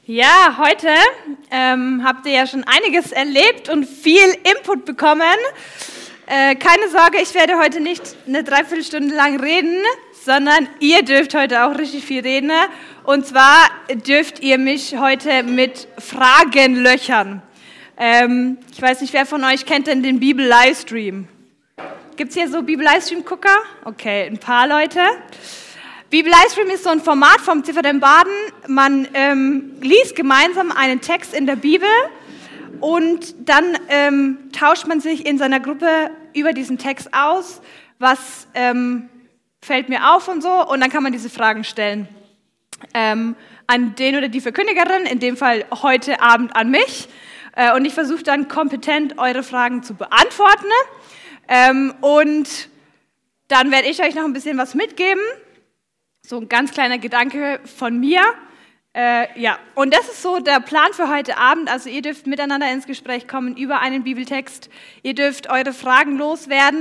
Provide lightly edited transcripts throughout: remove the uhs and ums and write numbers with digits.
Ja, heute habt ihr ja schon einiges erlebt und viel Input bekommen. Keine Sorge, ich werde heute nicht eine Dreiviertelstunde lang reden, sondern ihr dürft heute auch richtig viel reden. Und zwar dürft ihr mich heute mit Fragen löchern. Ich weiß nicht, wer von euch kennt denn den Bibel-Livestream? Gibt es hier so Bibel-Livestream-Gucker? Okay, ein paar Leute. Bibel-Livestream ist so ein Format vom CVM Baden. Man liest gemeinsam einen Text in der Bibel und dann tauscht man sich in seiner Gruppe über diesen Text aus, was fällt mir auf und so, und dann kann man diese Fragen stellen an den oder die Verkündigerin, in dem Fall heute Abend an mich, und ich versuche dann kompetent eure Fragen zu beantworten und dann werde ich euch noch ein bisschen was mitgeben. So ein ganz kleiner Gedanke von mir. Und das ist so der Plan für heute Abend. Also ihr dürft miteinander ins Gespräch kommen über einen Bibeltext. Ihr dürft eure Fragen loswerden.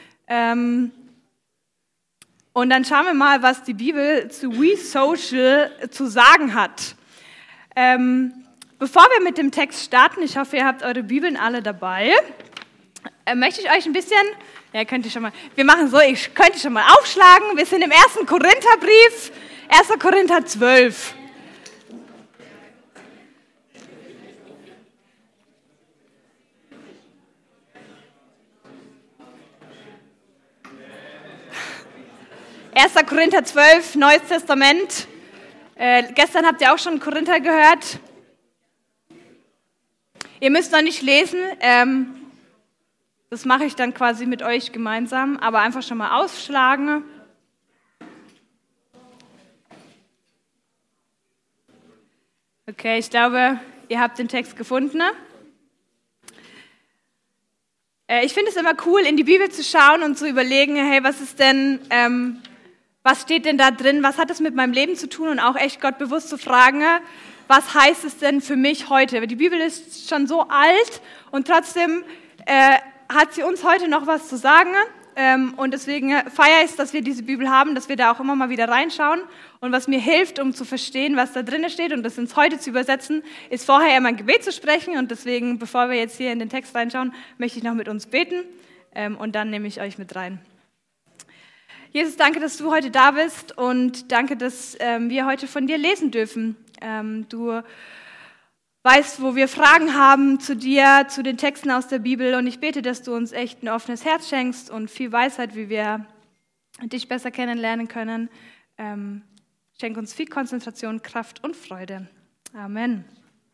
Und dann schauen wir mal, was die Bibel zu We Social zu sagen hat. Bevor wir mit dem Text starten, ich hoffe, ihr habt eure Bibeln alle dabei, möchte ich euch ein bisschen... Ja, könnt ihr schon mal. Wir machen so, ich könnte schon mal aufschlagen. Wir sind im 1. Korintherbrief, 1. Korinther 12. Erster Korinther 12, Neues Testament. Gestern habt ihr auch schon Korinther gehört. Ihr müsst noch nicht lesen. Das mache ich dann quasi mit euch gemeinsam, aber einfach schon mal ausschlagen. Okay, ich glaube, ihr habt den Text gefunden. Ich finde es immer cool, in die Bibel zu schauen und zu überlegen, hey, was steht denn da drin, was hat es mit meinem Leben zu tun, und auch echt Gott bewusst zu fragen, was heißt es denn für mich heute? Die Bibel ist schon so alt und trotzdem hat sie uns heute noch was zu sagen, und deswegen feiere ich es, dass wir diese Bibel haben, dass wir da auch immer mal wieder reinschauen, und was mir hilft, um zu verstehen, was da drin steht und das ins Heute zu übersetzen, ist vorher immer ein Gebet zu sprechen, und deswegen, bevor wir jetzt hier in den Text reinschauen, möchte ich noch mit uns beten, und dann nehme ich euch mit rein. Jesus, danke, dass du heute da bist, und danke, dass wir heute von dir lesen dürfen. Du weißt, wo wir Fragen haben zu dir, zu den Texten aus der Bibel, und ich bete, dass du uns echt ein offenes Herz schenkst und viel Weisheit, wie wir dich besser kennenlernen können. Schenk uns viel Konzentration, Kraft und Freude. Amen.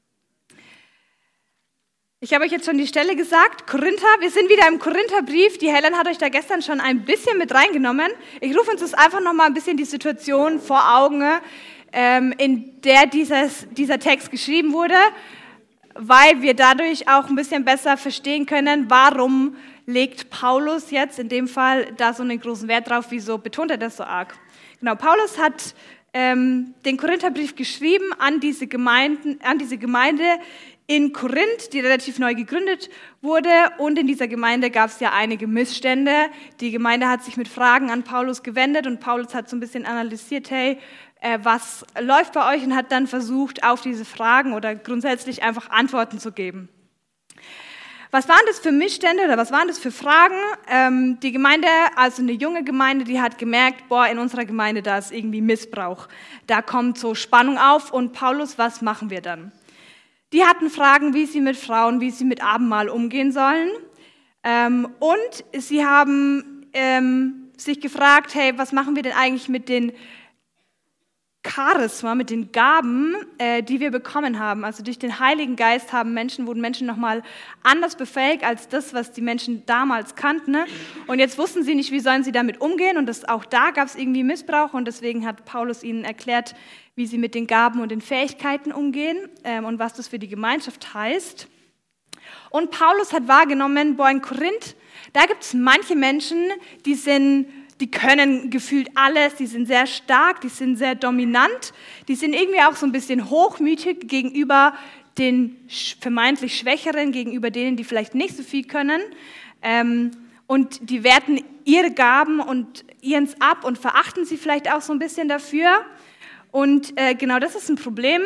Ich habe euch jetzt schon die Stelle gesagt, Korinther, wir sind wieder im Korintherbrief. Die Helen hat euch da gestern schon ein bisschen mit reingenommen. Ich rufe uns jetzt einfach noch mal ein bisschen die Situation vor Augen, in der dieser Text geschrieben wurde, weil wir dadurch auch ein bisschen besser verstehen können, warum legt Paulus jetzt in dem Fall da so einen großen Wert drauf, wieso betont er das so arg. Genau, Paulus hat den Korintherbrief geschrieben an diese Gemeinde in Korinth, die relativ neu gegründet wurde, und in dieser Gemeinde gab es ja einige Missstände. Die Gemeinde hat sich mit Fragen an Paulus gewendet, und Paulus hat so ein bisschen analysiert, hey, was läuft bei euch, und hat dann versucht, auf diese Fragen oder grundsätzlich einfach Antworten zu geben. Was waren das für Missstände oder was waren das für Fragen? Die Gemeinde, also eine junge Gemeinde, die hat gemerkt, in unserer Gemeinde, da ist irgendwie Missbrauch. Da kommt so Spannung auf, und Paulus, was machen wir dann? Die hatten Fragen, wie sie mit Frauen, wie sie mit Abendmahl umgehen sollen. Und sie haben sich gefragt, hey, was machen wir denn eigentlich mit den Charisma, mit den Gaben, die wir bekommen haben. Also durch den Heiligen Geist wurden Menschen nochmal anders befähigt als das, was die Menschen damals kannten. Und jetzt wussten sie nicht, wie sollen sie damit umgehen. Und auch da gab es irgendwie Missbrauch. Und deswegen hat Paulus ihnen erklärt, wie sie mit den Gaben und den Fähigkeiten umgehen und was das für die Gemeinschaft heißt. Und Paulus hat wahrgenommen, in Korinth, da gibt es manche Menschen, die können gefühlt alles, die sind sehr stark, die sind sehr dominant, die sind irgendwie auch so ein bisschen hochmütig gegenüber den vermeintlich Schwächeren, gegenüber denen, die vielleicht nicht so viel können. Und die werten ihre Gaben und ihrens ab und verachten sie vielleicht auch so ein bisschen dafür. Und genau das ist ein Problem.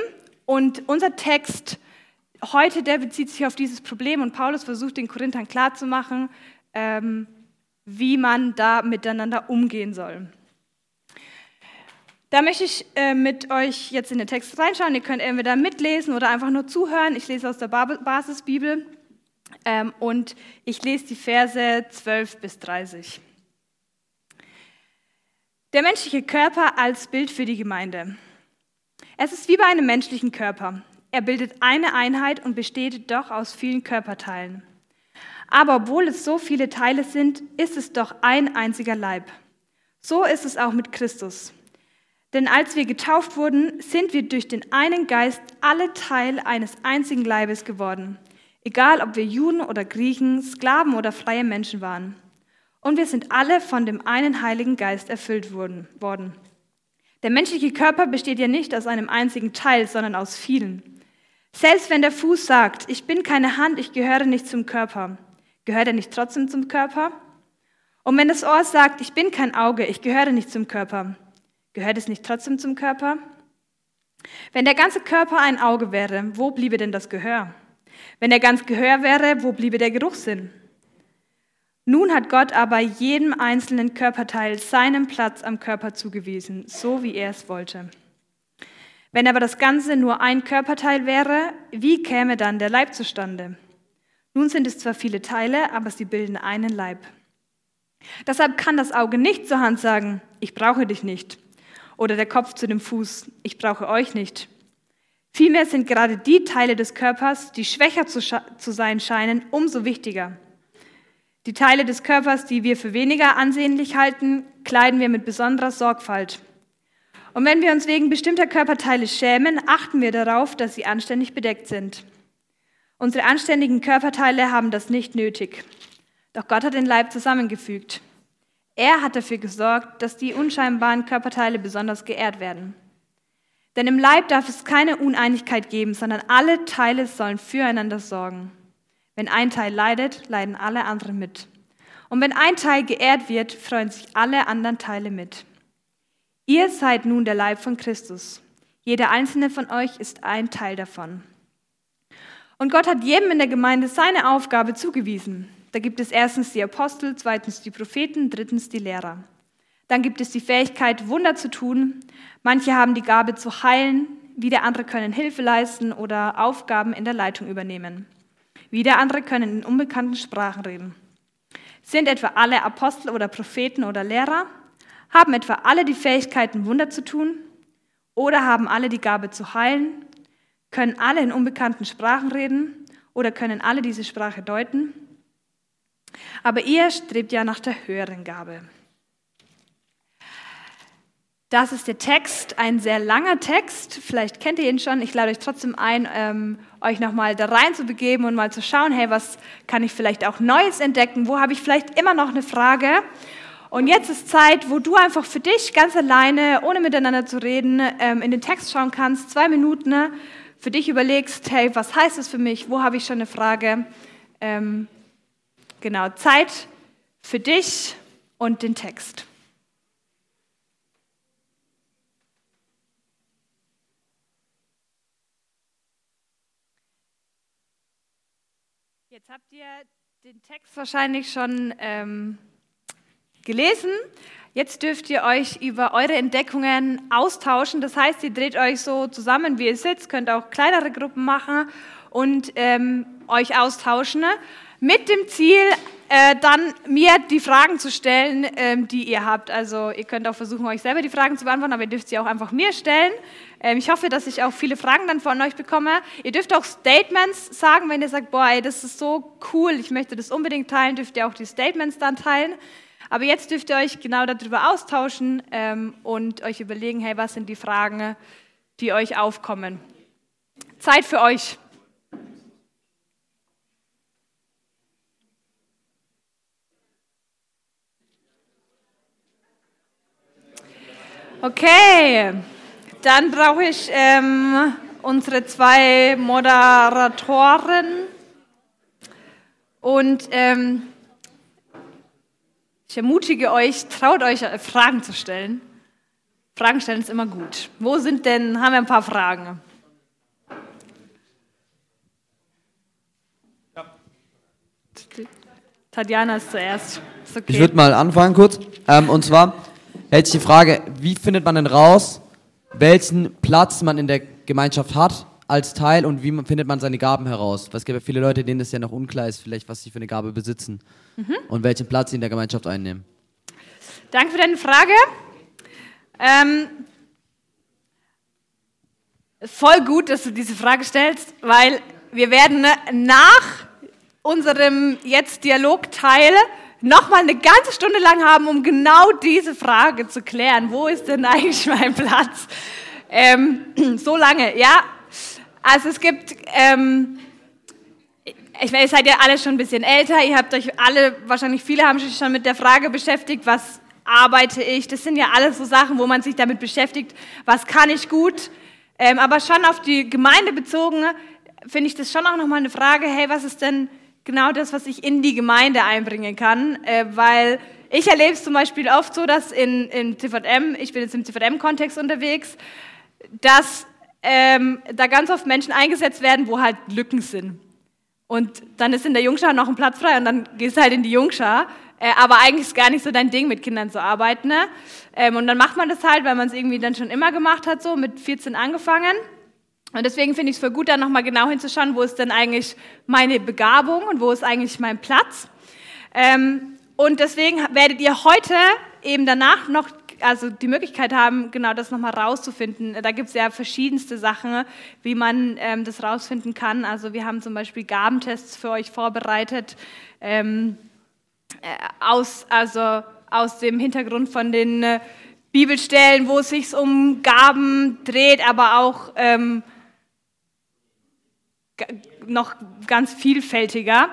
Und unser Text heute, der bezieht sich auf dieses Problem und Paulus versucht den Korinthern klarzumachen, wie man da miteinander umgehen soll. Da möchte ich mit euch jetzt in den Text reinschauen. Ihr könnt entweder mitlesen oder einfach nur zuhören. Ich lese aus der Basisbibel und ich lese die Verse 12 bis 30. Der menschliche Körper als Bild für die Gemeinde. Es ist wie bei einem menschlichen Körper. Er bildet eine Einheit und besteht doch aus vielen Körperteilen. Aber obwohl es so viele Teile sind, ist es doch ein einziger Leib. So ist es auch mit Christus. Denn als wir getauft wurden, sind wir durch den einen Geist alle Teil eines einzigen Leibes geworden. Egal, ob wir Juden oder Griechen, Sklaven oder freie Menschen waren. Und wir sind alle von dem einen Heiligen Geist erfüllt worden. Der menschliche Körper besteht ja nicht aus einem einzigen Teil, sondern aus vielen. Selbst wenn der Fuß sagt, ich bin keine Hand, ich gehöre nicht zum Körper, gehört er nicht trotzdem zum Körper? Und wenn das Ohr sagt, ich bin kein Auge, ich gehöre nicht zum Körper, gehört es nicht trotzdem zum Körper? Wenn der ganze Körper ein Auge wäre, wo bliebe denn das Gehör? Wenn er ganz Gehör wäre, wo bliebe der Geruchssinn? Nun hat Gott aber jedem einzelnen Körperteil seinen Platz am Körper zugewiesen, so wie er es wollte. Wenn aber das Ganze nur ein Körperteil wäre, wie käme dann der Leib zustande? Nun sind es zwar viele Teile, aber sie bilden einen Leib. Deshalb kann das Auge nicht zur Hand sagen, ich brauche dich nicht. Oder der Kopf zu dem Fuß, ich brauche euch nicht. Vielmehr sind gerade die Teile des Körpers, die schwächer zu sein scheinen, umso wichtiger. Die Teile des Körpers, die wir für weniger ansehnlich halten, kleiden wir mit besonderer Sorgfalt. Und wenn wir uns wegen bestimmter Körperteile schämen, achten wir darauf, dass sie anständig bedeckt sind. Unsere anständigen Körperteile haben das nicht nötig. Doch Gott hat den Leib zusammengefügt. Er hat dafür gesorgt, dass die unscheinbaren Körperteile besonders geehrt werden. Denn im Leib darf es keine Uneinigkeit geben, sondern alle Teile sollen füreinander sorgen. Wenn ein Teil leidet, leiden alle anderen mit. Und wenn ein Teil geehrt wird, freuen sich alle anderen Teile mit. Ihr seid nun der Leib von Christus. Jeder einzelne von euch ist ein Teil davon. Und Gott hat jedem in der Gemeinde seine Aufgabe zugewiesen. Da gibt es erstens die Apostel, zweitens die Propheten, drittens die Lehrer. Dann gibt es die Fähigkeit, Wunder zu tun. Manche haben die Gabe zu heilen, wieder andere können Hilfe leisten oder Aufgaben in der Leitung übernehmen. Wieder andere können in unbekannten Sprachen reden. Sind etwa alle Apostel oder Propheten oder Lehrer? Haben etwa alle die Fähigkeiten, Wunder zu tun? Oder haben alle die Gabe zu heilen? Können alle in unbekannten Sprachen reden? Oder können alle diese Sprache deuten? Aber ihr strebt ja nach der höheren Gabe. Das ist der Text, ein sehr langer Text. Vielleicht kennt ihr ihn schon. Ich lade euch trotzdem ein, euch nochmal da rein zu begeben und mal zu schauen, hey, was kann ich vielleicht auch Neues entdecken? Wo habe ich vielleicht immer noch eine Frage? Und jetzt ist Zeit, wo du einfach für dich ganz alleine, ohne miteinander zu reden, in den Text schauen kannst, 2 Minuten, für dich überlegst, hey, was heißt das für mich? Wo habe ich schon eine Frage? Genau, Zeit für dich und den Text. Jetzt habt ihr den Text wahrscheinlich schon gelesen. Jetzt dürft ihr euch über eure Entdeckungen austauschen. Das heißt, ihr dreht euch so zusammen, wie ihr sitzt, könnt auch kleinere Gruppen machen und euch austauschen. Mit dem Ziel, dann mir die Fragen zu stellen, die ihr habt. Also ihr könnt auch versuchen, euch selber die Fragen zu beantworten, aber ihr dürft sie auch einfach mir stellen. Ich hoffe, dass ich auch viele Fragen dann von euch bekomme. Ihr dürft auch Statements sagen, wenn ihr sagt, boah, ey, das ist so cool, ich möchte das unbedingt teilen, dürft ihr auch die Statements dann teilen. Aber jetzt dürft ihr euch genau darüber austauschen und euch überlegen, hey, was sind die Fragen, die euch aufkommen. Zeit für euch. Okay, dann brauche ich unsere 2 Moderatoren und ich ermutige euch, traut euch, Fragen zu stellen. Fragen stellen ist immer gut. Haben wir ein paar Fragen? Tatjana ist zuerst. Ist okay. Ich würde mal anfangen kurz. Und zwar hätte ich die Frage, wie findet man denn raus, welchen Platz man in der Gemeinschaft hat als Teil und findet man seine Gaben heraus? Weil es gibt ja viele Leute, denen es ja noch unklar ist, vielleicht was sie für eine Gabe besitzen und welchen Platz sie in der Gemeinschaft einnehmen. Danke für deine Frage. Voll gut, dass du diese Frage stellst, weil wir werden nach unserem jetzt Dialogteil nochmal eine ganze Stunde lang haben, um genau diese Frage zu klären. Wo ist denn eigentlich mein Platz? So lange, ja. Also es gibt, ich weiß, ihr seid ja alle schon ein bisschen älter, ihr habt euch alle, wahrscheinlich viele haben sich schon mit der Frage beschäftigt, was arbeite ich? Das sind ja alles so Sachen, wo man sich damit beschäftigt, was kann ich gut? Aber schon auf die Gemeinde bezogen, finde ich das schon auch nochmal eine Frage, hey, was ist denn genau das, was ich in die Gemeinde einbringen kann? Weil ich erlebe es zum Beispiel oft so, dass in CVM, ich bin jetzt im CVM-Kontext unterwegs, dass da ganz oft Menschen eingesetzt werden, wo halt Lücken sind. Und dann ist in der Jungschar noch ein Platz frei und dann gehst du halt in die Jungschar. Aber eigentlich ist gar nicht so dein Ding, mit Kindern zu arbeiten. Ne? Und dann macht man das halt, weil man es irgendwie dann schon immer gemacht hat, so mit 14 angefangen. Und deswegen finde ich es voll gut, da nochmal genau hinzuschauen, wo ist denn eigentlich meine Begabung und wo ist eigentlich mein Platz. Und deswegen werdet ihr heute eben danach noch also die Möglichkeit haben, genau das nochmal rauszufinden. Da gibt es ja verschiedenste Sachen, wie man das rausfinden kann. Also wir haben zum Beispiel Gabentests für euch vorbereitet, aus dem Hintergrund von den Bibelstellen, wo es sich um Gaben dreht, aber auch noch ganz vielfältiger.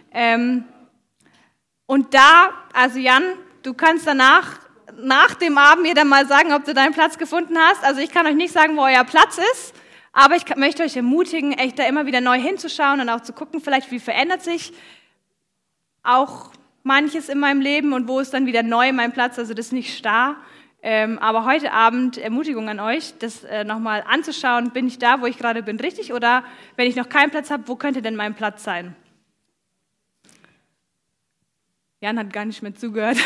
Und da, also Jan, du kannst danach, nach dem Abend mir dann mal sagen, ob du deinen Platz gefunden hast. Also ich kann euch nicht sagen, wo euer Platz ist, aber ich möchte euch ermutigen, echt da immer wieder neu hinzuschauen und auch zu gucken, vielleicht wie verändert sich auch manches in meinem Leben und wo ist dann wieder neu mein Platz, also das ist nicht starr. Aber heute Abend Ermutigung an euch, das nochmal anzuschauen, bin ich da, wo ich gerade bin, richtig? Oder wenn ich noch keinen Platz habe, wo könnte denn mein Platz sein? Jan hat gar nicht mehr zugehört.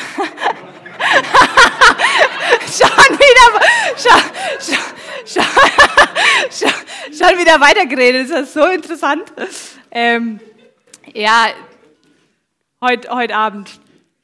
Schon wieder weitergeredet, das ist so interessant. Ja, heute Abend.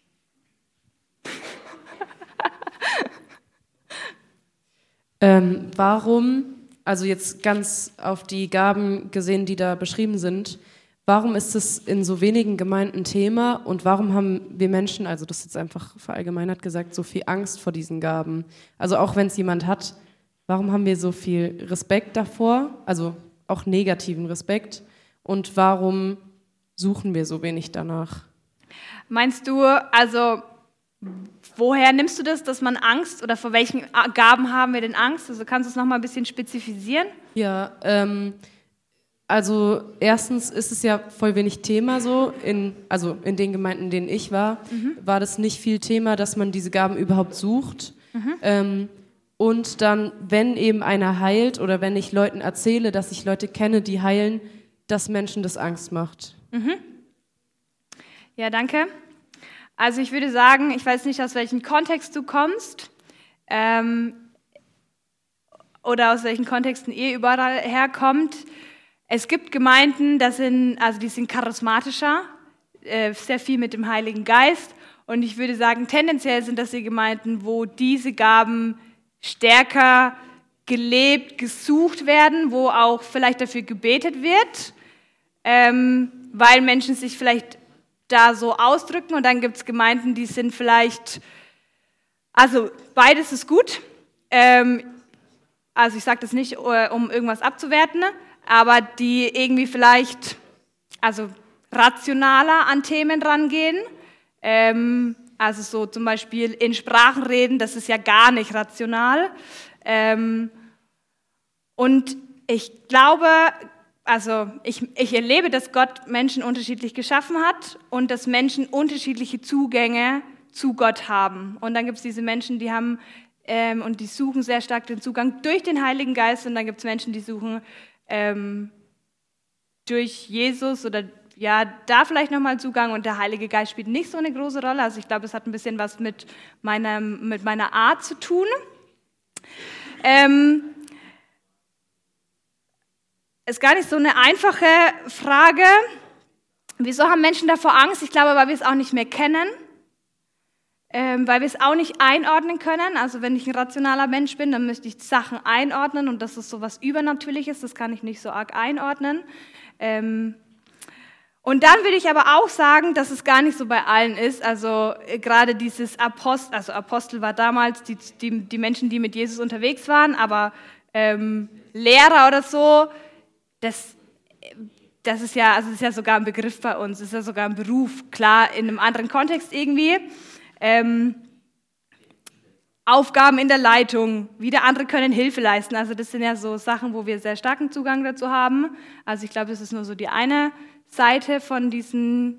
Warum, also jetzt ganz auf die Gaben gesehen, die da beschrieben sind, warum ist es in so wenigen Gemeinden Thema und warum haben wir Menschen, also das ist jetzt einfach verallgemeinert gesagt, so viel Angst vor diesen Gaben? Also auch wenn es jemand hat, warum haben wir so viel Respekt davor, also auch negativen Respekt und warum suchen wir so wenig danach? Meinst du, also woher nimmst du das, dass man Angst oder vor welchen Gaben haben wir denn Angst? Also kannst du es nochmal ein bisschen spezifisieren? Ja, also erstens ist es ja voll wenig Thema so, in den Gemeinden, in denen ich war, war das nicht viel Thema, dass man diese Gaben überhaupt sucht. Und dann, wenn eben einer heilt oder wenn ich Leuten erzähle, dass ich Leute kenne, die heilen, dass Menschen das Angst macht. Ja, danke. Also ich würde sagen, ich weiß nicht, aus welchem Kontext du kommst oder aus welchen Kontexten ihr überall herkommt. Es gibt Gemeinden, die sind charismatischer, sehr viel mit dem Heiligen Geist. Und ich würde sagen, tendenziell sind das die Gemeinden, wo diese Gaben stärker gelebt, gesucht werden, wo auch vielleicht dafür gebetet wird, weil Menschen sich vielleicht da so ausdrücken. Und dann gibt es Gemeinden, die sind vielleicht, also beides ist gut. Also ich sage das nicht, um irgendwas abzuwerten, aber die irgendwie vielleicht rationaler an Themen rangehen. Also so zum Beispiel in Sprachen reden, das ist ja gar nicht rational. Und ich glaube, also ich erlebe, dass Gott Menschen unterschiedlich geschaffen hat und dass Menschen unterschiedliche Zugänge zu Gott haben. Und dann gibt es diese Menschen, die haben und die suchen sehr stark den Zugang durch den Heiligen Geist und dann gibt es Menschen, die suchen durch Jesus oder ja, da vielleicht nochmal Zugang und der Heilige Geist spielt nicht so eine große Rolle. Also ich glaube, es hat ein bisschen was mit meiner Art zu tun. Ist gar nicht so eine einfache Frage. Wieso haben Menschen davor Angst? Ich glaube, weil wir es auch nicht mehr kennen. Weil wir es auch nicht einordnen können. Also wenn ich ein rationaler Mensch bin, dann müsste ich Sachen einordnen und das ist so was Übernatürliches, das kann ich nicht so arg einordnen. Und dann würde ich aber auch sagen, dass es gar nicht so bei allen ist. Also gerade dieses Apostel war damals die Menschen, die mit Jesus unterwegs waren, aber Lehrer oder so, das ist ja, also das ist ja sogar ein Begriff bei uns, das ist ja sogar ein Beruf, klar in einem anderen Kontext irgendwie. Aufgaben in der Leitung, wieder andere können Hilfe leisten. Also das sind ja so Sachen, wo wir sehr starken Zugang dazu haben. Also ich glaube, das ist nur so die eine Seite von diesen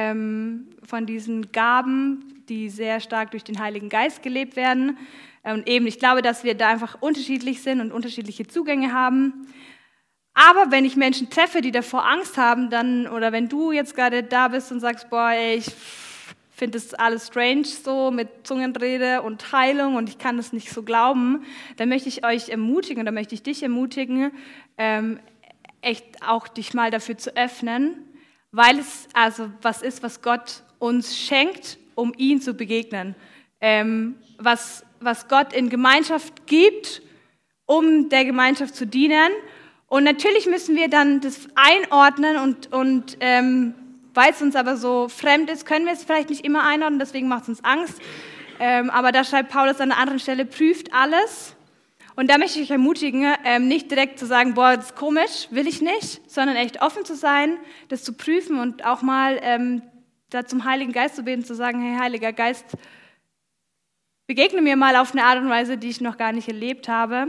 Gaben, die sehr stark durch den Heiligen Geist gelebt werden. Und eben, ich glaube, dass wir da einfach unterschiedlich sind und unterschiedliche Zugänge haben. Aber wenn ich Menschen treffe, die davor Angst haben, dann, oder wenn du jetzt gerade da bist und sagst, boah, ey, ich finde das alles strange so mit Zungenrede und Heilung und ich kann das nicht so glauben, dann möchte ich euch ermutigen oder möchte ich dich ermutigen, echt auch dich mal dafür zu öffnen, weil es also was ist, was Gott uns schenkt, um ihm zu begegnen. Was Gott in Gemeinschaft gibt, um der Gemeinschaft zu dienen. Und natürlich müssen wir dann das einordnen und weil es uns aber so fremd ist, können wir es vielleicht nicht immer einordnen, deswegen macht es uns Angst. Aber da schreibt Paulus an einer anderen Stelle, prüft alles. Und da möchte ich euch ermutigen, nicht direkt zu sagen, boah, das ist komisch, will ich nicht, sondern echt offen zu sein, das zu prüfen und auch mal da zum Heiligen Geist zu beten, zu sagen, hey, Heiliger Geist, begegne mir mal auf eine Art und Weise, die ich noch gar nicht erlebt habe.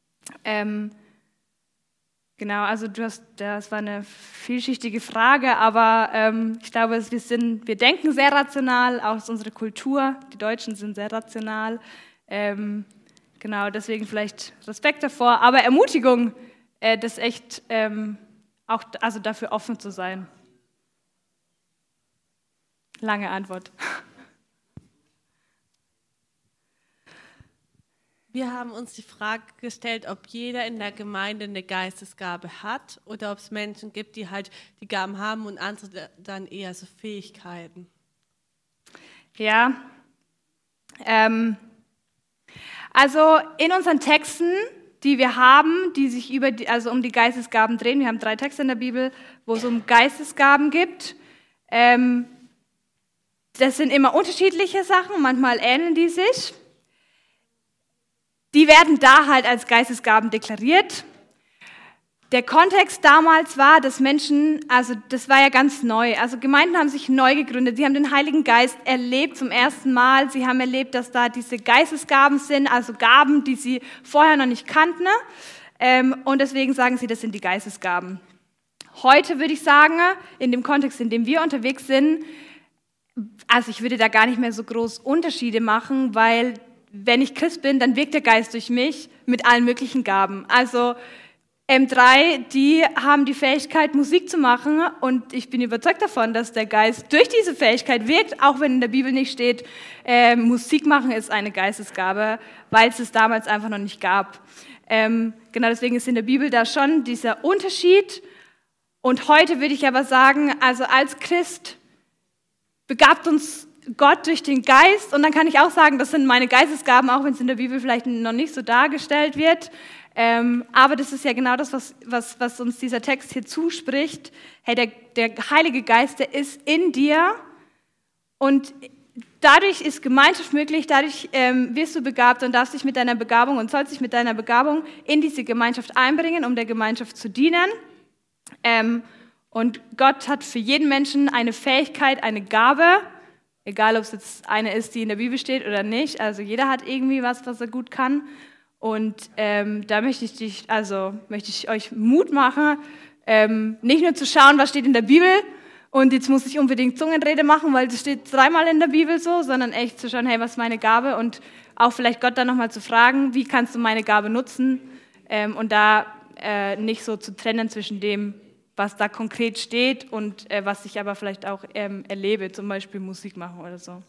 Genau, also das war eine vielschichtige Frage, aber ich glaube, wir denken sehr rational, auch aus unserer Kultur, die Deutschen sind sehr rational, genau, deswegen vielleicht Respekt davor, aber Ermutigung, das echt auch also dafür offen zu sein. Lange Antwort. Wir haben uns die Frage gestellt, ob jeder in der Gemeinde eine Geistesgabe hat oder ob es Menschen gibt, die halt die Gaben haben und andere dann eher so Fähigkeiten. Ja, also in unseren Texten, die wir haben, die sich um die Geistesgaben drehen, wir haben 3 Texte in der Bibel, wo es um Geistesgaben gibt. Das sind immer unterschiedliche Sachen, manchmal ähneln die sich. Die werden da halt als Geistesgaben deklariert. Der Kontext damals war, dass Menschen, also das war ja ganz neu, also Gemeinden haben sich neu gegründet, sie haben den Heiligen Geist erlebt zum ersten Mal, sie haben erlebt, dass da diese Geistesgaben sind, also Gaben, die sie vorher noch nicht kannten, und deswegen sagen sie, das sind die Geistesgaben. Heute würde ich sagen, in dem Kontext, in dem wir unterwegs sind, also ich würde da gar nicht mehr so groß Unterschiede machen, weil wenn ich Christ bin, dann wirkt der Geist durch mich mit allen möglichen Gaben. Also M3, die haben die Fähigkeit, Musik zu machen und ich bin überzeugt davon, dass der Geist durch diese Fähigkeit wirkt, auch wenn in der Bibel nicht steht, Musik machen ist eine Geistesgabe, weil es damals einfach noch nicht gab. Genau deswegen ist in der Bibel da schon dieser Unterschied. Und heute würde ich aber sagen, also als Christ begabt uns Gott durch den Geist und dann kann ich auch sagen, das sind meine Geistesgaben, auch wenn es in der Bibel vielleicht noch nicht so dargestellt wird. Aber das ist ja genau das, was uns dieser Text hier zuspricht. Hey, der Heilige Geist, der ist in dir und dadurch ist Gemeinschaft möglich, dadurch wirst du begabt und darfst dich mit deiner Begabung und sollst dich mit deiner Begabung in diese Gemeinschaft einbringen, um der Gemeinschaft zu dienen. Und Gott hat für jeden Menschen eine Fähigkeit, eine Gabe, egal ob es jetzt eine ist, die in der Bibel steht oder nicht. Also jeder hat irgendwie was er gut kann. Und da möchte ich euch Mut machen, nicht nur zu schauen, was steht in der Bibel und jetzt muss ich unbedingt Zungenrede machen, weil das steht 3-mal in der Bibel so, sondern echt zu schauen, hey, was ist meine Gabe und auch vielleicht Gott dann nochmal zu fragen, wie kannst du meine Gabe nutzen und da nicht so zu trennen zwischen dem, was da konkret steht und was ich aber vielleicht auch erlebe, zum Beispiel Musik machen oder so.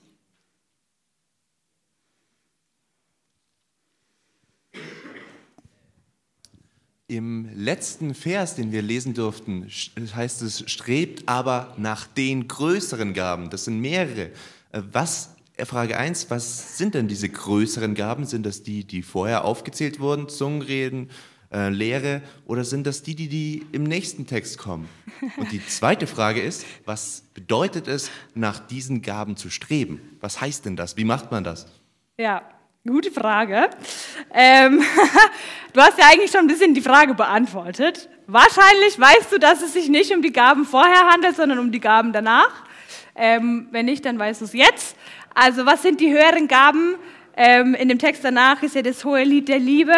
Im letzten Vers, den wir lesen durften, heißt es, strebt aber nach den größeren Gaben. Das sind mehrere. Frage 1, was sind denn diese größeren Gaben? Sind das die vorher aufgezählt wurden, Zungenreden, Lehre, oder sind das die im nächsten Text kommen? Und die zweite Frage ist, was bedeutet es, nach diesen Gaben zu streben? Was heißt denn das? Wie macht man das? Ja, gute Frage. Du hast ja eigentlich schon ein bisschen die Frage beantwortet. Wahrscheinlich weißt du, dass es sich nicht um die Gaben vorher handelt, sondern um die Gaben danach. Wenn nicht, dann weißt du es jetzt. Also was sind die höheren Gaben? In dem Text danach ist ja das hohe Lied der Liebe.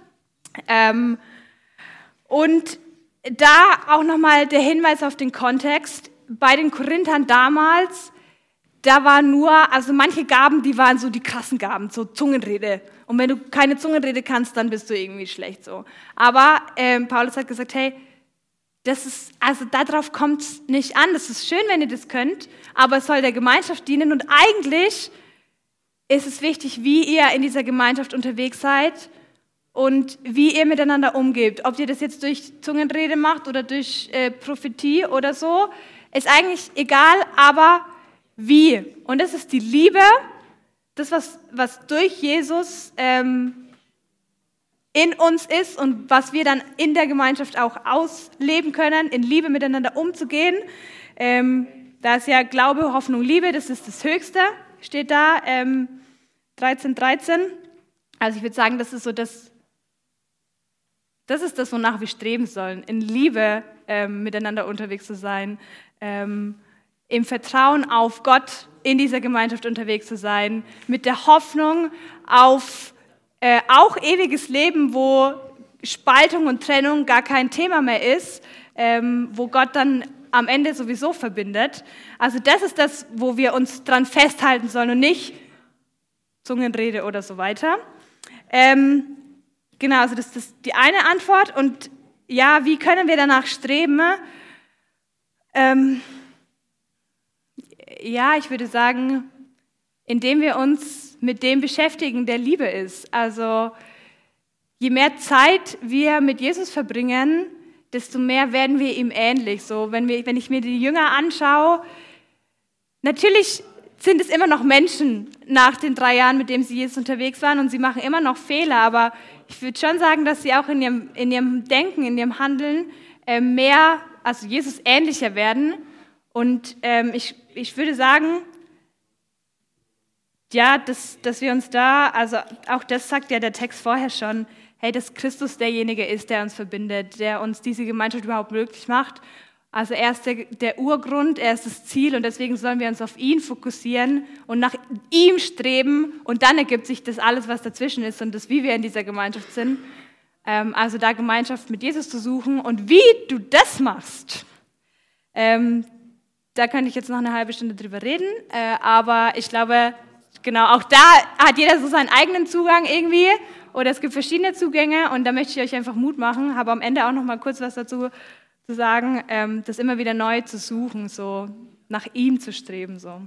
Und da auch nochmal der Hinweis auf den Kontext. Bei den Korinthern damals, da war nur, also manche Gaben, die waren so die krassen Gaben, so Zungenrede. Und wenn du keine Zungenrede kannst, dann bist du irgendwie schlecht so. Aber Paulus hat gesagt, hey, also darauf kommt es nicht an. Das ist schön, wenn ihr das könnt, aber es soll der Gemeinschaft dienen. Und eigentlich ist es wichtig, wie ihr in dieser Gemeinschaft unterwegs seid und wie ihr miteinander umgeht. Ob ihr das jetzt durch Zungenrede macht oder durch Prophetie oder so, ist eigentlich egal, aber wie. Und das ist die Liebe, das, was durch Jesus in uns ist und was wir dann in der Gemeinschaft auch ausleben können, in Liebe miteinander umzugehen. Da ist ja Glaube, Hoffnung, Liebe, das ist das Höchste, steht da, 13,13. Also ich würde sagen, das ist das, wonach wir streben sollen, in Liebe miteinander unterwegs zu sein, im Vertrauen auf Gott in dieser Gemeinschaft unterwegs zu sein, mit der Hoffnung auf auch ewiges Leben, wo Spaltung und Trennung gar kein Thema mehr ist, wo Gott dann am Ende sowieso verbindet. Also das ist das, wo wir uns dran festhalten sollen und nicht Zungenrede oder so weiter. Genau, also das ist die eine Antwort. Und ja, wie können wir danach streben? Ja, ich würde sagen, indem wir uns mit dem beschäftigen, der Liebe ist. Also je mehr Zeit wir mit Jesus verbringen, desto mehr werden wir ihm ähnlich. So, wenn ich mir die Jünger anschaue, natürlich sind es immer noch Menschen nach den 3 Jahren, mit denen sie Jesus unterwegs waren, und sie machen immer noch Fehler, aber ich würde schon sagen, dass sie auch in ihrem Denken, in ihrem Handeln mehr, also Jesus ähnlicher werden. Und ich würde sagen, ja, dass wir uns da, also auch das sagt ja der Text vorher schon, hey, dass Christus derjenige ist, der uns verbindet, der uns diese Gemeinschaft überhaupt möglich macht. Also er ist der Urgrund, er ist das Ziel, und deswegen sollen wir uns auf ihn fokussieren und nach ihm streben, und dann ergibt sich das alles, was dazwischen ist, und das, wie wir in dieser Gemeinschaft sind. Also da Gemeinschaft mit Jesus zu suchen, und wie du das machst, da könnte ich jetzt noch eine halbe Stunde drüber reden, aber ich glaube, genau, auch da hat jeder so seinen eigenen Zugang irgendwie, oder es gibt verschiedene Zugänge, und da möchte ich euch einfach Mut machen, habe am Ende auch noch mal kurz was dazu zu sagen, das immer wieder neu zu suchen, so nach ihm zu streben. So.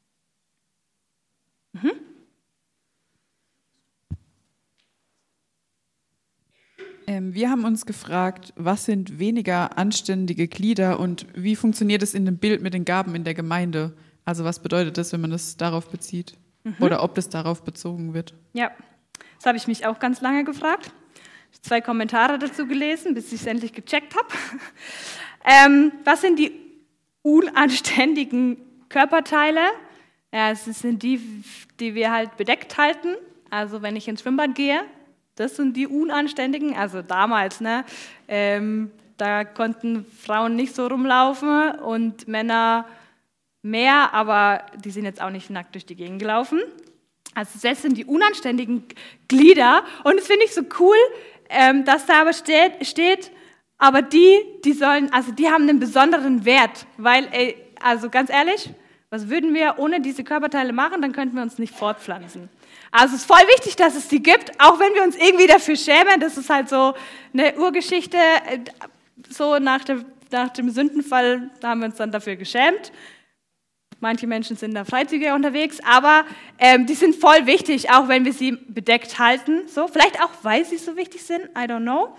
Wir haben uns gefragt, was sind weniger anständige Glieder und wie funktioniert es in dem Bild mit den Gaben in der Gemeinde? Also was bedeutet das, wenn man das darauf bezieht? Oder ob das darauf bezogen wird? Ja, das habe ich mich auch ganz lange gefragt. Ich habe 2 Kommentare dazu gelesen, bis ich es endlich gecheckt habe. Was sind die unanständigen Körperteile? Ja, es sind die wir halt bedeckt halten. Also wenn ich ins Schwimmbad gehe, das sind die unanständigen. Also damals, ne? Da konnten Frauen nicht so rumlaufen und Männer mehr, aber die sind jetzt auch nicht nackt durch die Gegend gelaufen. Also das sind die unanständigen Glieder. Und das finde ich so cool, dass da aber steht, aber die sollen, also die haben einen besonderen Wert, weil, also ganz ehrlich, was würden wir ohne diese Körperteile machen? Dann könnten wir uns nicht fortpflanzen. Also es ist voll wichtig, dass es die gibt, auch wenn wir uns irgendwie dafür schämen. Das ist halt so eine Urgeschichte, so nach der nach dem Sündenfall haben wir uns dann dafür geschämt. Manche Menschen sind da freizügiger unterwegs, aber die sind voll wichtig, auch wenn wir sie bedeckt halten. So, vielleicht auch, weil sie so wichtig sind, I don't know.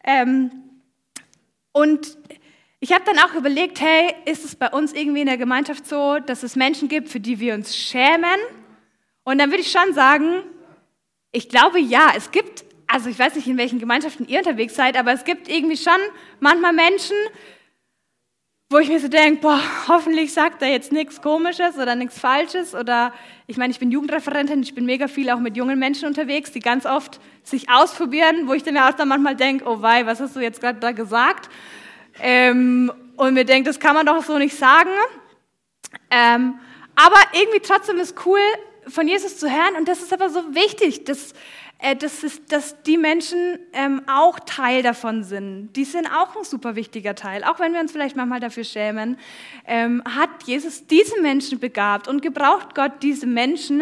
Und ich habe dann auch überlegt, hey, ist es bei uns irgendwie in der Gemeinschaft so, dass es Menschen gibt, für die wir uns schämen? Und dann würde ich schon sagen, ich glaube ja, es gibt, also ich weiß nicht, in welchen Gemeinschaften ihr unterwegs seid, aber es gibt irgendwie schon manchmal Menschen, wo ich mir so denke, boah, hoffentlich sagt er jetzt nichts Komisches oder nichts Falsches. Oder ich meine, ich bin Jugendreferentin, ich bin mega viel auch mit jungen Menschen unterwegs, die ganz oft sich ausprobieren, wo ich dann auch dann manchmal denke, oh wei, was hast du jetzt gerade da gesagt? Und mir denke, das kann man doch so nicht sagen. Aber irgendwie trotzdem ist cool, von Jesus zu hören. Und das ist aber so wichtig, dass die Menschen auch Teil davon sind. Die sind auch ein super wichtiger Teil. Auch wenn wir uns vielleicht manchmal dafür schämen, hat Jesus diese Menschen begabt und gebraucht Gott diese Menschen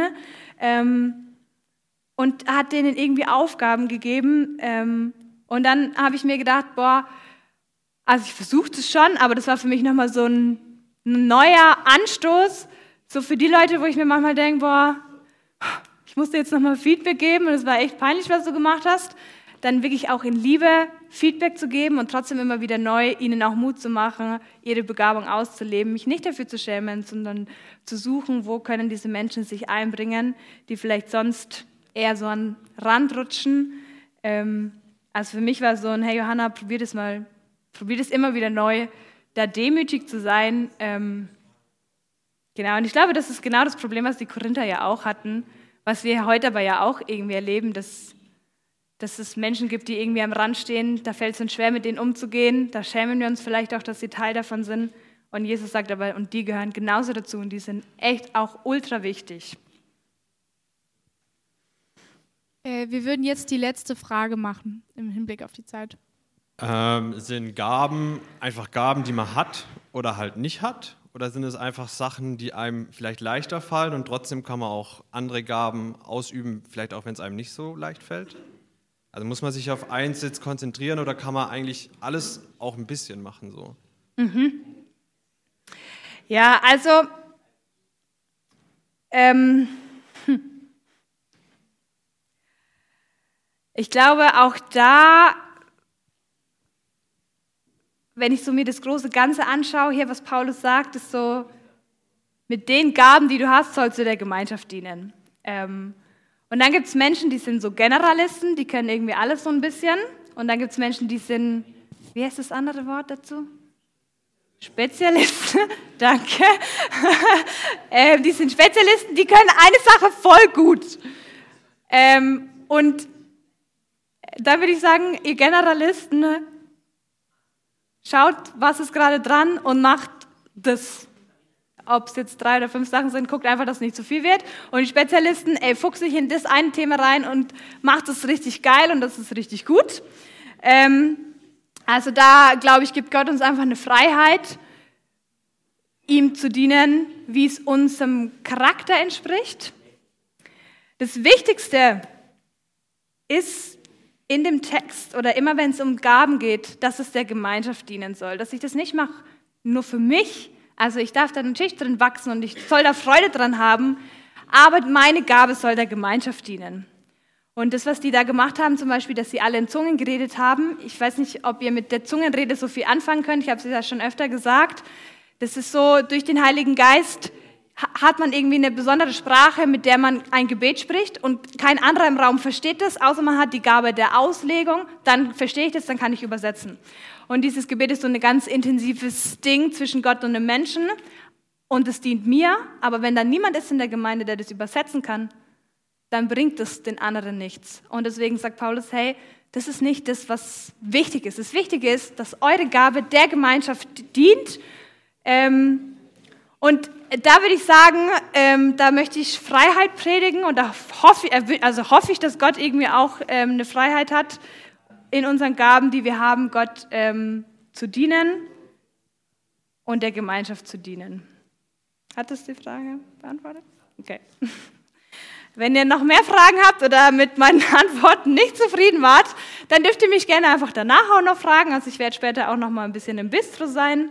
und hat denen irgendwie Aufgaben gegeben. Und dann habe ich mir gedacht, boah, also ich versuche das schon, aber das war für mich nochmal so ein neuer Anstoß, so für die Leute, wo ich mir manchmal denke, boah, ich musste jetzt nochmal Feedback geben und es war echt peinlich, was du gemacht hast, dann wirklich auch in Liebe Feedback zu geben und trotzdem immer wieder neu ihnen auch Mut zu machen, ihre Begabung auszuleben, mich nicht dafür zu schämen, sondern zu suchen, wo können diese Menschen sich einbringen, die vielleicht sonst eher so an den Rand rutschen. Also für mich war so ein, hey Johanna, probier das immer wieder neu, da demütig zu sein. Genau, und ich glaube, das ist genau das Problem, was die Korinther ja auch hatten, was wir heute aber ja auch irgendwie erleben, dass es Menschen gibt, die irgendwie am Rand stehen, da fällt es uns schwer, mit denen umzugehen, da schämen wir uns vielleicht auch, dass sie Teil davon sind. Und Jesus sagt aber, und die gehören genauso dazu und die sind echt auch ultra wichtig. Wir würden jetzt die letzte Frage machen im Hinblick auf die Zeit. Sind Gaben einfach Gaben, die man hat oder halt nicht hat? Oder sind es einfach Sachen, die einem vielleicht leichter fallen und trotzdem kann man auch andere Gaben ausüben, vielleicht auch wenn es einem nicht so leicht fällt? Also muss man sich auf eins jetzt konzentrieren oder kann man eigentlich alles auch ein bisschen machen so? Ja, also ich glaube auch da, wenn ich so mir das große Ganze anschaue, hier was Paulus sagt, ist so, mit den Gaben, die du hast, sollst du der Gemeinschaft dienen. Und dann gibt es Menschen, die sind so Generalisten, die können irgendwie alles so ein bisschen. Und dann gibt es Menschen, die sind, wie heißt das andere Wort dazu? Spezialisten, danke. Die sind Spezialisten, die können eine Sache voll gut. Und dann würde ich sagen, ihr Generalisten, schaut, was ist gerade dran und macht das. Ob es jetzt 3 oder 5 Sachen sind, guckt einfach, dass es nicht zu viel wird. Und die Spezialisten, fuchst sich in das eine Thema rein und macht es richtig geil und das ist richtig gut. Also da, glaube ich, gibt Gott uns einfach eine Freiheit, ihm zu dienen, wie es unserem Charakter entspricht. Das Wichtigste ist in dem Text oder immer, wenn es um Gaben geht, dass es der Gemeinschaft dienen soll. Dass ich das nicht mache nur für mich. Also ich darf da natürlich drin wachsen und ich soll da Freude dran haben, aber meine Gabe soll der Gemeinschaft dienen. Und das, was die da gemacht haben, zum Beispiel, dass sie alle in Zungen geredet haben, ich weiß nicht, ob ihr mit der Zungenrede so viel anfangen könnt, ich habe es ja schon öfter gesagt, das ist so, durch den Heiligen Geist hat man irgendwie eine besondere Sprache, mit der man ein Gebet spricht und kein anderer im Raum versteht das, außer man hat die Gabe der Auslegung, dann verstehe ich das, dann kann ich übersetzen. Und dieses Gebet ist so ein ganz intensives Ding zwischen Gott und dem Menschen und es dient mir, aber wenn dann niemand ist in der Gemeinde, der das übersetzen kann, dann bringt es den anderen nichts. Und deswegen sagt Paulus, hey, das ist nicht das, was wichtig ist. Das Wichtige ist, dass eure Gabe der Gemeinschaft dient. Und da würde ich sagen, da möchte ich Freiheit predigen und da hoffe ich, dass Gott irgendwie auch eine Freiheit hat, in unseren Gaben, die wir haben, Gott zu dienen und der Gemeinschaft zu dienen. Hat das die Frage beantwortet? Okay. Wenn ihr noch mehr Fragen habt oder mit meinen Antworten nicht zufrieden wart, dann dürft ihr mich gerne einfach danach auch noch fragen. Also ich werde später auch noch mal ein bisschen im Bistro sein.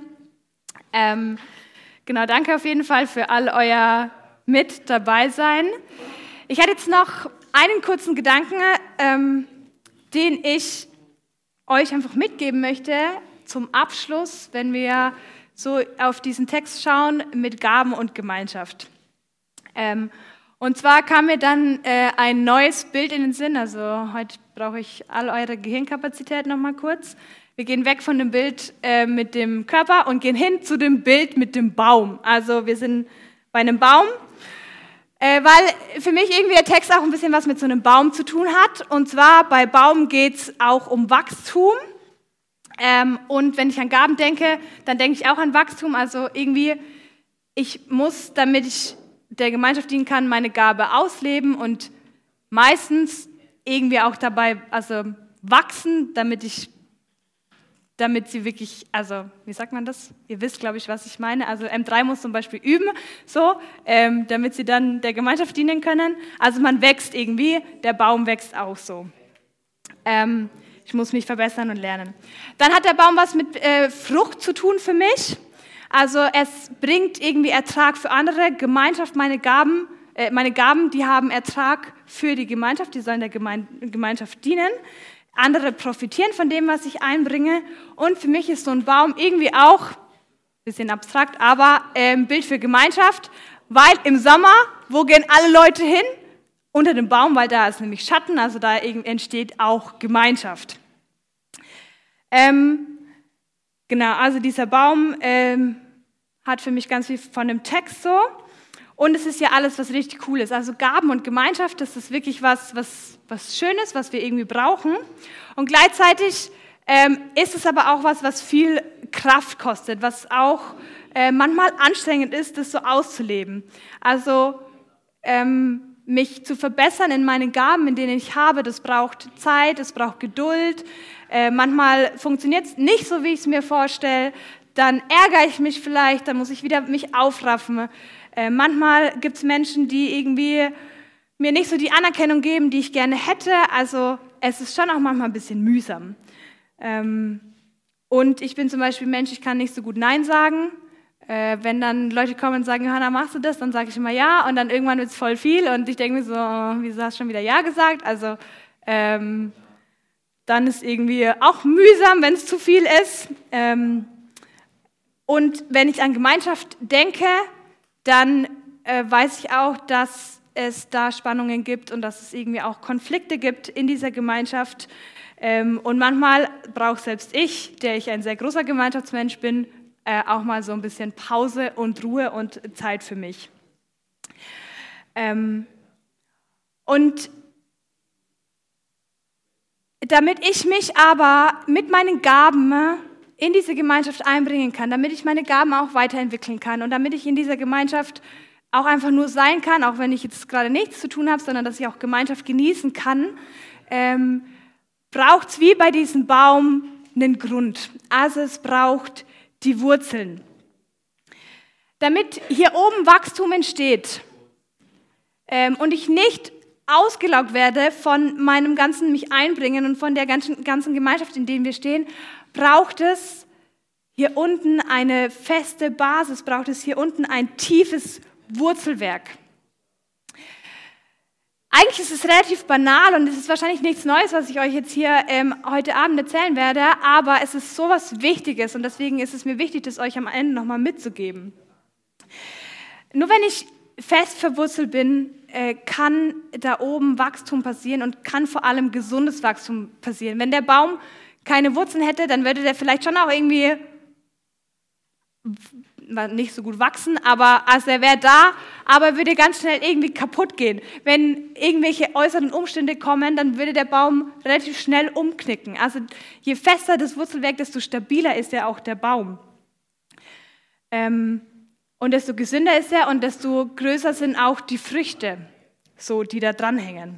Genau, danke auf jeden Fall für all euer mit dabei sein. Ich hatte jetzt noch einen kurzen Gedanken, den ich euch einfach mitgeben möchte zum Abschluss, wenn wir so auf diesen Text schauen mit Gaben und Gemeinschaft. Und zwar kam mir dann ein neues Bild in den Sinn, also heute brauche ich all eure Gehirnkapazität nochmal kurz. Wir gehen weg von dem Bild mit dem Körper und gehen hin zu dem Bild mit dem Baum. Also wir sind bei einem Baum, weil für mich irgendwie der Text auch ein bisschen was mit so einem Baum zu tun hat. Und zwar bei Baum geht es auch um Wachstum. Und wenn ich an Gaben denke, dann denke ich auch an Wachstum. Also irgendwie, ich muss, damit ich der Gemeinschaft dienen kann, meine Gabe ausleben und meistens irgendwie auch dabei wachsen, damit sie wirklich, also wie sagt man das? Ihr wisst, glaube ich, was ich meine. Also M3 muss zum Beispiel üben, so, damit sie dann der Gemeinschaft dienen können. Also man wächst irgendwie, der Baum wächst auch so. Ich muss mich verbessern und lernen. Dann hat der Baum was mit Frucht zu tun für mich. Also es bringt irgendwie Ertrag für andere, Gemeinschaft, meine Gaben, die haben Ertrag für die Gemeinschaft, die sollen der Gemeinschaft dienen. Andere profitieren von dem, was ich einbringe. Und für mich ist so ein Baum irgendwie auch, ein bisschen abstrakt, aber ein Bild für Gemeinschaft, weil im Sommer, wo gehen alle Leute hin? Unter dem Baum, weil da ist nämlich Schatten, also da entsteht auch Gemeinschaft. Genau, also dieser Baum hat für mich ganz viel von dem Text so. Und es ist ja alles, was richtig cool ist. Also Gaben und Gemeinschaft, das ist wirklich was Schönes, was wir irgendwie brauchen. Und gleichzeitig ist es aber auch was viel Kraft kostet, was auch manchmal anstrengend ist, das so auszuleben. Also mich zu verbessern in meinen Gaben, in denen ich habe, das braucht Zeit, es braucht Geduld. Manchmal funktioniert es nicht so, wie ich es mir vorstelle. Dann ärgere ich mich vielleicht, dann muss ich wieder mich aufraffen. Manchmal gibt es Menschen, die irgendwie mir nicht so die Anerkennung geben, die ich gerne hätte. Also es ist schon auch manchmal ein bisschen mühsam. Und ich bin zum Beispiel ein Mensch, ich kann nicht so gut Nein sagen. Wenn dann Leute kommen und sagen, Johanna, machst du das? Dann sage ich immer ja und dann irgendwann wird es voll viel und ich denke mir so, wieso hast du schon wieder ja gesagt? Also dann ist irgendwie auch mühsam, wenn es zu viel ist. Und wenn ich an Gemeinschaft denke, dann weiß ich auch, dass es da Spannungen gibt und dass es irgendwie auch Konflikte gibt in dieser Gemeinschaft. Und manchmal brauche selbst ich, der ich ein sehr großer Gemeinschaftsmensch bin, auch mal so ein bisschen Pause und Ruhe und Zeit für mich. Und damit ich mich aber mit meinen Gaben in diese Gemeinschaft einbringen kann, damit ich meine Gaben auch weiterentwickeln kann und damit ich in dieser Gemeinschaft auch einfach nur sein kann, auch wenn ich jetzt gerade nichts zu tun habe, sondern dass ich auch Gemeinschaft genießen kann, braucht es wie bei diesem Baum einen Grund. Also es braucht die Wurzeln. Damit hier oben Wachstum entsteht und ich nicht ausgelaugt werde von meinem ganzen mich einbringen und von der ganzen Gemeinschaft, in der wir stehen, braucht es hier unten eine feste Basis, braucht es hier unten ein tiefes Wurzelwerk. Eigentlich ist es relativ banal und es ist wahrscheinlich nichts Neues, was ich euch jetzt hier heute Abend erzählen werde, aber es ist sowas Wichtiges und deswegen ist es mir wichtig, das euch am Ende nochmal mitzugeben. Nur wenn ich fest verwurzelt bin, kann da oben Wachstum passieren und kann vor allem gesundes Wachstum passieren. Wenn der Baum keine Wurzeln hätte, dann würde der vielleicht schon auch irgendwie nicht so gut wachsen, aber also er wäre da, aber würde ganz schnell irgendwie kaputt gehen. Wenn irgendwelche äußeren Umstände kommen, dann würde der Baum relativ schnell umknicken. Also je fester das Wurzelwerk, desto stabiler ist ja auch der Baum. Und desto gesünder ist er und desto größer sind auch die Früchte, so, die da dranhängen.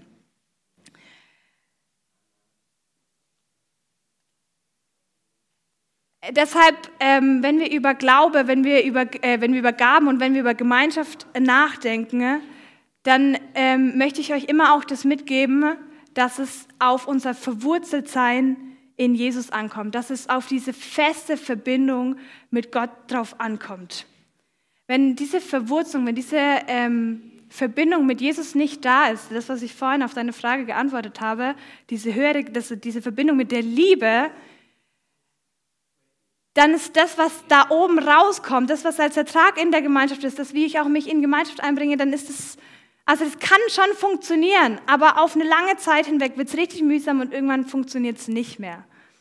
Deshalb, wenn wir über Glaube, wenn wir über Gaben und wenn wir über Gemeinschaft nachdenken, dann möchte ich euch immer auch das mitgeben, dass es auf unser Verwurzeltsein in Jesus ankommt, dass es auf diese feste Verbindung mit Gott drauf ankommt. Wenn diese Verwurzelung, wenn diese Verbindung mit Jesus nicht da ist, das, was ich vorhin auf deine Frage geantwortet habe, diese Verbindung mit der Liebe, dann ist das, was da oben rauskommt, das, was als Ertrag in der Gemeinschaft ist, das, wie ich auch mich in Gemeinschaft einbringe, dann ist es, also das kann schon funktionieren, aber auf eine lange Zeit hinweg wird es richtig mühsam und irgendwann funktioniert es nicht mehr.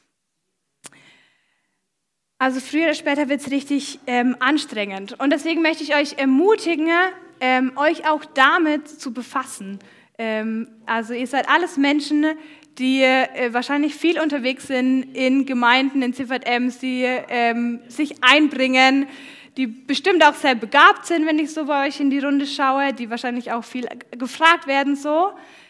Also früher oder später wird es richtig anstrengend. Und deswegen möchte ich euch ermutigen, euch auch damit zu befassen. Also ihr seid alles Menschen, die wahrscheinlich viel unterwegs sind in Gemeinden, in CVMs, die sich einbringen, die bestimmt auch sehr begabt sind, wenn ich so bei euch in die Runde schaue, die wahrscheinlich auch viel gefragt werden so.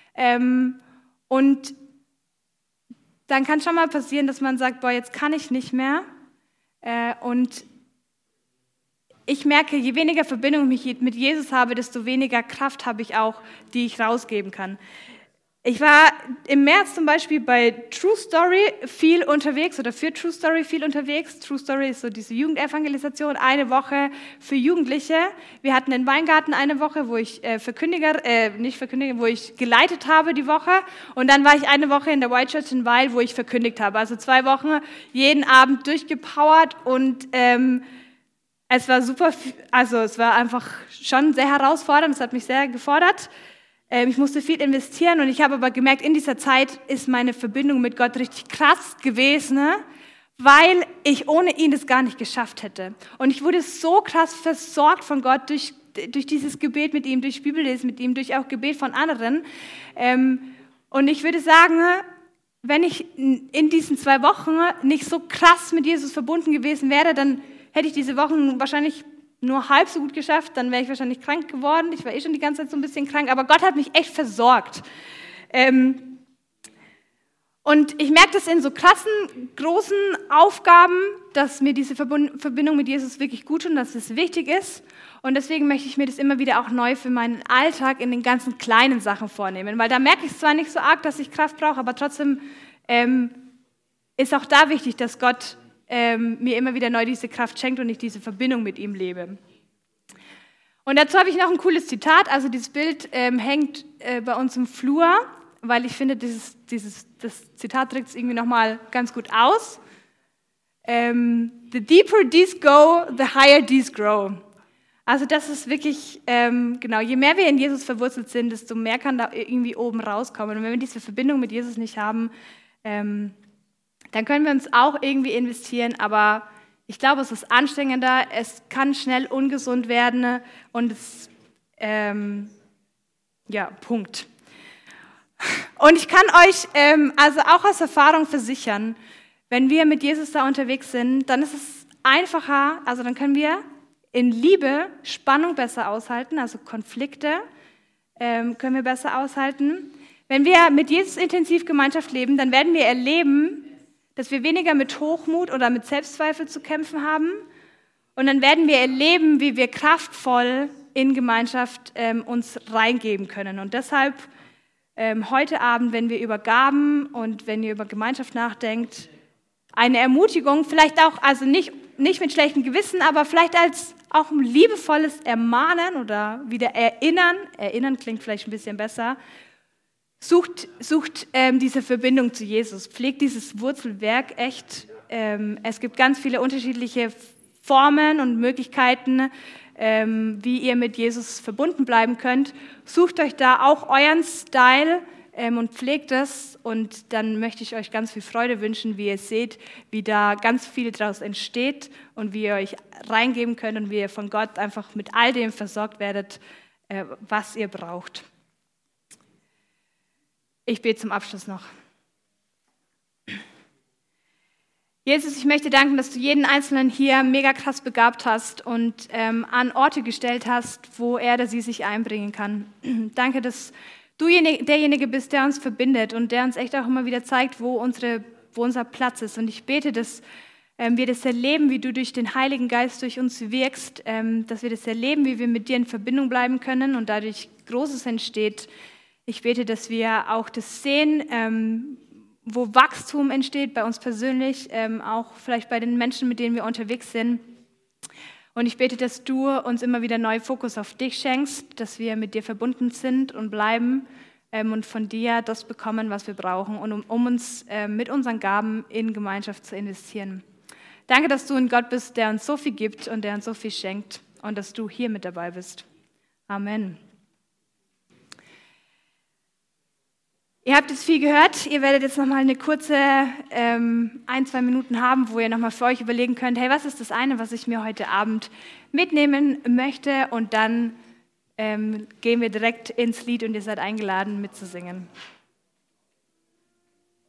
Und dann kann schon mal passieren, dass man sagt, boah, jetzt kann ich nicht mehr. Und ich merke, je weniger Verbindung ich mit Jesus habe, desto weniger Kraft habe ich auch, die ich rausgeben kann. Ich war im März zum Beispiel bei True Story viel unterwegs oder für True Story viel unterwegs. True Story ist so diese Jugendevangelisation, eine Woche für Jugendliche. Wir hatten den Weingarten eine Woche, wo ich wo ich geleitet habe die Woche. Und dann war ich eine Woche in der White Church in Weil, wo ich verkündigt habe. Also 2 Wochen, jeden Abend durchgepowert und es war super, also es war einfach schon sehr herausfordernd, es hat mich sehr gefordert. Ich musste viel investieren und ich habe aber gemerkt, in dieser Zeit ist meine Verbindung mit Gott richtig krass gewesen, ne? Weil ich ohne ihn das gar nicht geschafft hätte. Und ich wurde so krass versorgt von Gott durch dieses Gebet mit ihm, durch Bibellesen mit ihm, durch auch Gebet von anderen. Und ich würde sagen, wenn ich in diesen 2 Wochen nicht so krass mit Jesus verbunden gewesen wäre, dann hätte ich diese Wochen wahrscheinlich nur halb so gut geschafft, dann wäre ich wahrscheinlich krank geworden. Ich war schon die ganze Zeit so ein bisschen krank, aber Gott hat mich echt versorgt. Und ich merke das in so krassen, großen Aufgaben, dass mir diese Verbindung mit Jesus wirklich gut tut und dass es wichtig ist. Und deswegen möchte ich mir das immer wieder auch neu für meinen Alltag in den ganzen kleinen Sachen vornehmen. Weil da merke ich zwar nicht so arg, dass ich Kraft brauche, aber trotzdem ist auch da wichtig, dass Gott mir immer wieder neu diese Kraft schenkt und ich diese Verbindung mit ihm lebe. Und dazu habe ich noch ein cooles Zitat. Also dieses Bild hängt bei uns im Flur, weil ich finde, das Zitat drückt es irgendwie nochmal ganz gut aus. The deeper these go, the higher these grow. Also das ist wirklich, genau, je mehr wir in Jesus verwurzelt sind, desto mehr kann da irgendwie oben rauskommen. Und wenn wir diese Verbindung mit Jesus nicht haben, dann können wir uns auch irgendwie investieren, aber ich glaube, es ist anstrengender, es kann schnell ungesund werden und es, Punkt. Und ich kann euch also auch aus Erfahrung versichern, wenn wir mit Jesus da unterwegs sind, dann ist es einfacher, also dann können wir in Liebe Spannung besser aushalten, also Konflikte können wir besser aushalten. Wenn wir mit Jesus intensiv Gemeinschaft leben, dann werden wir erleben, dass wir weniger mit Hochmut oder mit Selbstzweifel zu kämpfen haben. Und dann werden wir erleben, wie wir kraftvoll in Gemeinschaft uns reingeben können. Und deshalb heute Abend, wenn wir über Gaben und wenn ihr über Gemeinschaft nachdenkt, eine Ermutigung, vielleicht auch, also nicht mit schlechtem Gewissen, aber vielleicht als auch ein liebevolles Ermahnen oder wieder Erinnern. Erinnern klingt vielleicht ein bisschen besser. Sucht diese Verbindung zu Jesus, pflegt dieses Wurzelwerk echt. Es gibt ganz viele unterschiedliche Formen und Möglichkeiten, wie ihr mit Jesus verbunden bleiben könnt. Sucht euch da auch euren Style und pflegt es. Und dann möchte ich euch ganz viel Freude wünschen, wie ihr seht, wie da ganz viel daraus entsteht und wie ihr euch reingeben könnt und wie ihr von Gott einfach mit all dem versorgt werdet, was ihr braucht. Ich bete zum Abschluss noch. Jesus, ich möchte danken, dass du jeden Einzelnen hier mega krass begabt hast und an Orte gestellt hast, wo er oder sie sich einbringen kann. Danke, dass du derjenige bist, der uns verbindet und der uns echt auch immer wieder zeigt, wo unser Platz ist. Und ich bete, dass wir das erleben, wie du durch den Heiligen Geist durch uns wirkst, dass wir das erleben, wie wir mit dir in Verbindung bleiben können und dadurch Großes entsteht. Ich bete, dass wir auch das sehen, wo Wachstum entsteht, bei uns persönlich, auch vielleicht bei den Menschen, mit denen wir unterwegs sind. Und ich bete, dass du uns immer wieder neu Fokus auf dich schenkst, dass wir mit dir verbunden sind und bleiben und von dir das bekommen, was wir brauchen, und um uns mit unseren Gaben in Gemeinschaft zu investieren. Danke, dass du ein Gott bist, der uns so viel gibt und der uns so viel schenkt und dass du hier mit dabei bist. Amen. Ihr habt jetzt viel gehört, ihr werdet jetzt nochmal eine kurze 1-2 Minuten haben, wo ihr nochmal für euch überlegen könnt, hey, was ist das eine, was ich mir heute Abend mitnehmen möchte, und dann gehen wir direkt ins Lied und ihr seid eingeladen mitzusingen.